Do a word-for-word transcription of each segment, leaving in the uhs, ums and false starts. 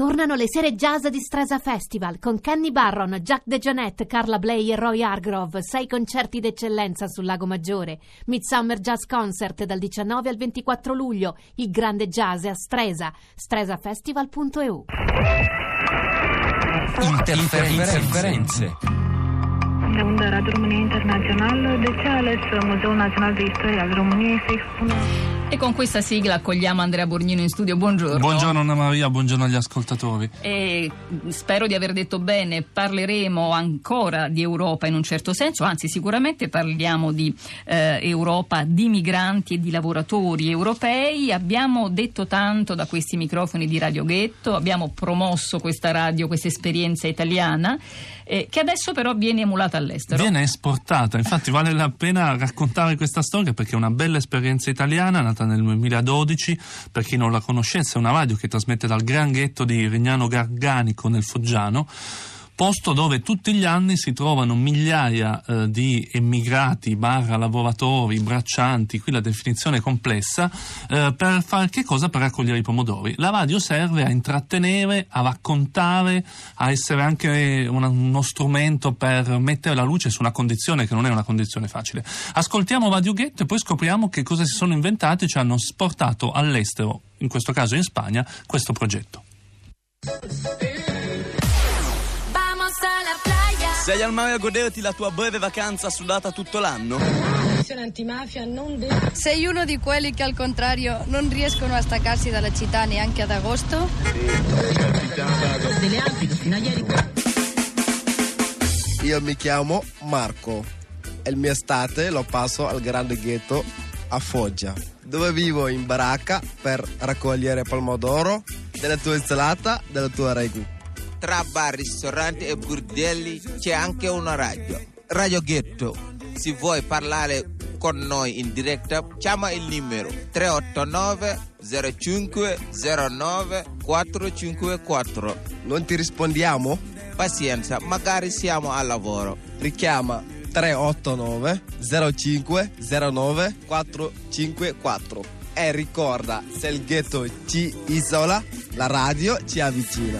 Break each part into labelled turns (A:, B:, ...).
A: Tornano le sere jazz di Stresa Festival con Kenny Barron, Jack DeJohnette, Carla Bley e Roy Hargrove. Sei concerti d'eccellenza sul Lago Maggiore. Midsummer Jazz Concert dal diciannove al ventiquattro luglio. Il grande jazz è a Stresa. stresafestival punto e u.
B: Interferenze.
C: De unde Radio România Internațională, de ce a ales Muzeul Național de Istorie al României să expună?
D: E con questa sigla accogliamo Andrea Borgnino in studio. Buongiorno.
B: Buongiorno Anna Maria, buongiorno agli ascoltatori.
D: E spero di aver detto bene, parleremo ancora di Europa in un certo senso, anzi sicuramente parliamo di eh, Europa, di migranti e di lavoratori europei. Abbiamo detto tanto da questi microfoni di Radio Ghetto, abbiamo promosso questa radio, questa esperienza italiana, eh, che adesso però viene emulata all'estero.
B: Viene esportata, infatti vale la pena raccontare questa storia perché è una bella esperienza italiana, nata nel duemiladodici. Per chi non la conoscesse, è una radio che trasmette dal Gran Ghetto di Rignano Garganico nel Foggiano, posto dove tutti gli anni si trovano migliaia eh, di emigrati barra lavoratori, braccianti, qui la definizione è complessa, eh, per fare che cosa? Per raccogliere i pomodori. La radio serve a intrattenere, a raccontare, a essere anche una, uno strumento per mettere la luce su una condizione che non è una condizione facile. Ascoltiamo Radio Ghetto e poi scopriamo che cosa si sono inventati e ci hanno sportato all'estero, in questo caso in Spagna, questo progetto.
E: Sei al mare a goderti la tua breve vacanza sudata tutto l'anno?
F: Sei uno di quelli che al contrario non riescono a staccarsi dalla città neanche ad agosto?
G: Io mi chiamo Marco e il mio estate lo passo al Grande Ghetto a Foggia, dove vivo in baracca per raccogliere pomodoro della tua insalata, della tua ragu.
H: Tra bar, ristoranti e bordelli c'è anche una radio, Radio Ghetto. Se vuoi parlare con noi in diretta, chiama il numero tre otto nove zero cinque zero nove quattro cinque quattro.
G: Non ti rispondiamo?
H: Pazienza, magari siamo al lavoro.
G: Richiama tre otto nove zero cinque zero nove quattro cinque quattro. E ricorda, se il ghetto ci isola, la radio ci avvicina.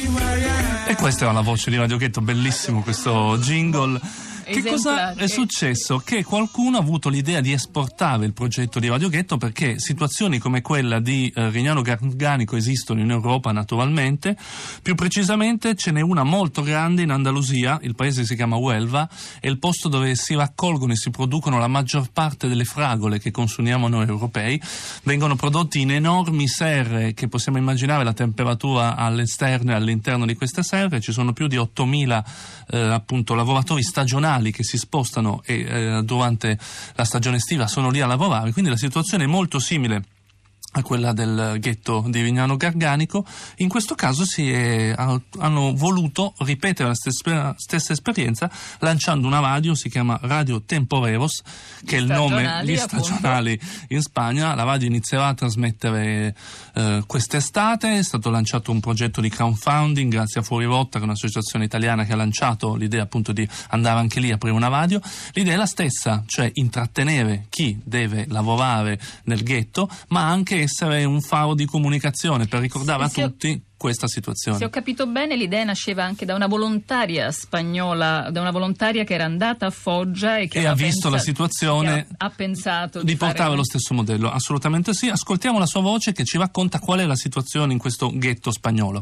B: E questa è la voce di Radio Ghetto, bellissimo questo jingle. Che cosa è successo? Che qualcuno ha avuto l'idea di esportare il progetto di Radio Ghetto, perché situazioni come quella di eh, Rignano Garganico esistono in Europa naturalmente. Più precisamente ce n'è una molto grande in Andalusia, il paese si chiama Huelva, è il posto dove si raccolgono e si producono la maggior parte delle fragole che consumiamo noi europei. Vengono prodotti in enormi serre che possiamo immaginare la temperatura all'esterno e all'interno di queste serre. Ci sono più di ottomila eh, appunto lavoratori stagionali che si spostano e eh, durante la stagione estiva sono lì a lavorare, quindi la situazione è molto simile a quella del ghetto di Rignano Garganico. In questo caso si è, hanno voluto ripetere la stessa, stessa esperienza lanciando una radio, si chiama Radio Temporeros, che è il nome gli stagionali in Spagna. La radio inizierà a trasmettere eh, quest'estate. È stato lanciato un progetto di crowdfunding grazie a Fuori Rotta, che è un'associazione italiana che ha lanciato l'idea appunto di andare anche lì a aprire una radio. L'idea è la stessa, cioè intrattenere chi deve lavorare nel ghetto, ma anche essere un faro di comunicazione per ricordare a tutti questa situazione.
D: Se ho capito bene, l'idea nasceva anche da una volontaria spagnola, da una volontaria che era andata a Foggia e che
B: e ha visto
D: pensato,
B: la situazione,
D: ha, ha pensato
B: di,
D: di
B: portare
D: fare...
B: lo stesso modello. Assolutamente sì. Ascoltiamo la sua voce che ci racconta qual è la situazione in questo ghetto spagnolo.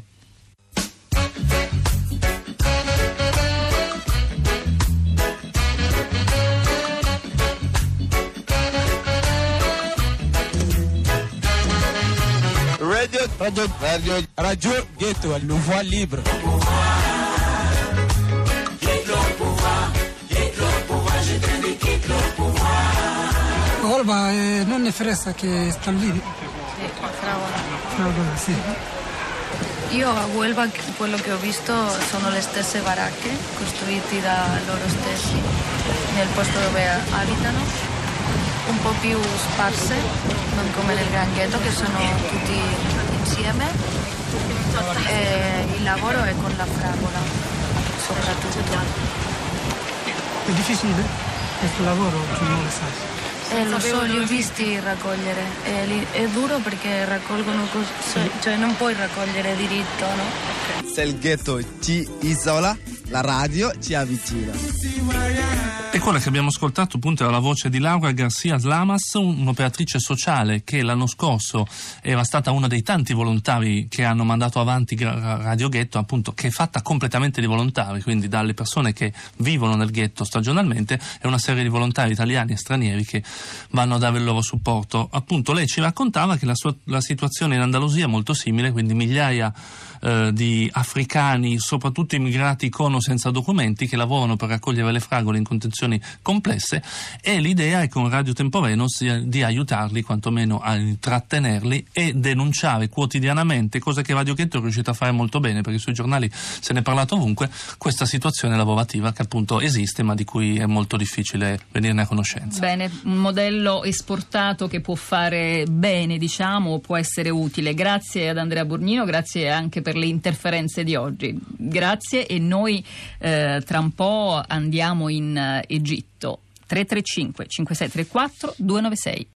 E: Radio, radio, radio Ghetto, le voix libre.
I: Olba eh, non è Fressa che sta lì?
F: Sì, Fragola.
I: Fragola, sì.
F: Io a Huelva quello che ho visto sono le stesse baracche costruite da loro stessi nel posto dove abitano, un po' più sparse, non come nel Gran Ghetto che sono tutti insieme. E il lavoro è con la fragola soprattutto.
I: È difficile questo lavoro, tu non lo sai.
F: Eh, lo so, li ho visti raccogliere. È, li- è duro perché raccolgono cose, cioè non puoi raccogliere diritto, no?
G: Se il ghetto ci isola, la radio ci avvicina.
B: E quella che abbiamo ascoltato appunto era la voce di Laura Garcia Lamas, un'operatrice sociale che l'anno scorso era stata una dei tanti volontari che hanno mandato avanti Radio Ghetto, appunto, che è fatta completamente di volontari, quindi dalle persone che vivono nel ghetto stagionalmente e una serie di volontari italiani e stranieri che vanno a dare il loro supporto. Appunto, lei ci raccontava che la, sua, la situazione in Andalusia è molto simile, quindi migliaia eh, di africani, soprattutto immigrati con o senza documenti, che lavorano per raccogliere le fragole in condizioni complesse, e l'idea è con Radio Tempo Venus di aiutarli, quantomeno a intrattenerli e denunciare quotidianamente, cosa che Radio Ghetto è riuscita a fare molto bene, perché sui giornali se ne è parlato ovunque, questa situazione lavorativa che appunto esiste ma di cui è molto difficile venirne a conoscenza.
D: Bene, un modello esportato che può fare bene, diciamo, può essere utile. Grazie ad Andrea Borgnino, grazie anche per le interferenze di oggi. Grazie, e noi eh, tra un po' andiamo in uh, Egitto. tre tre cinque cinque sei tre quattro due nove sei.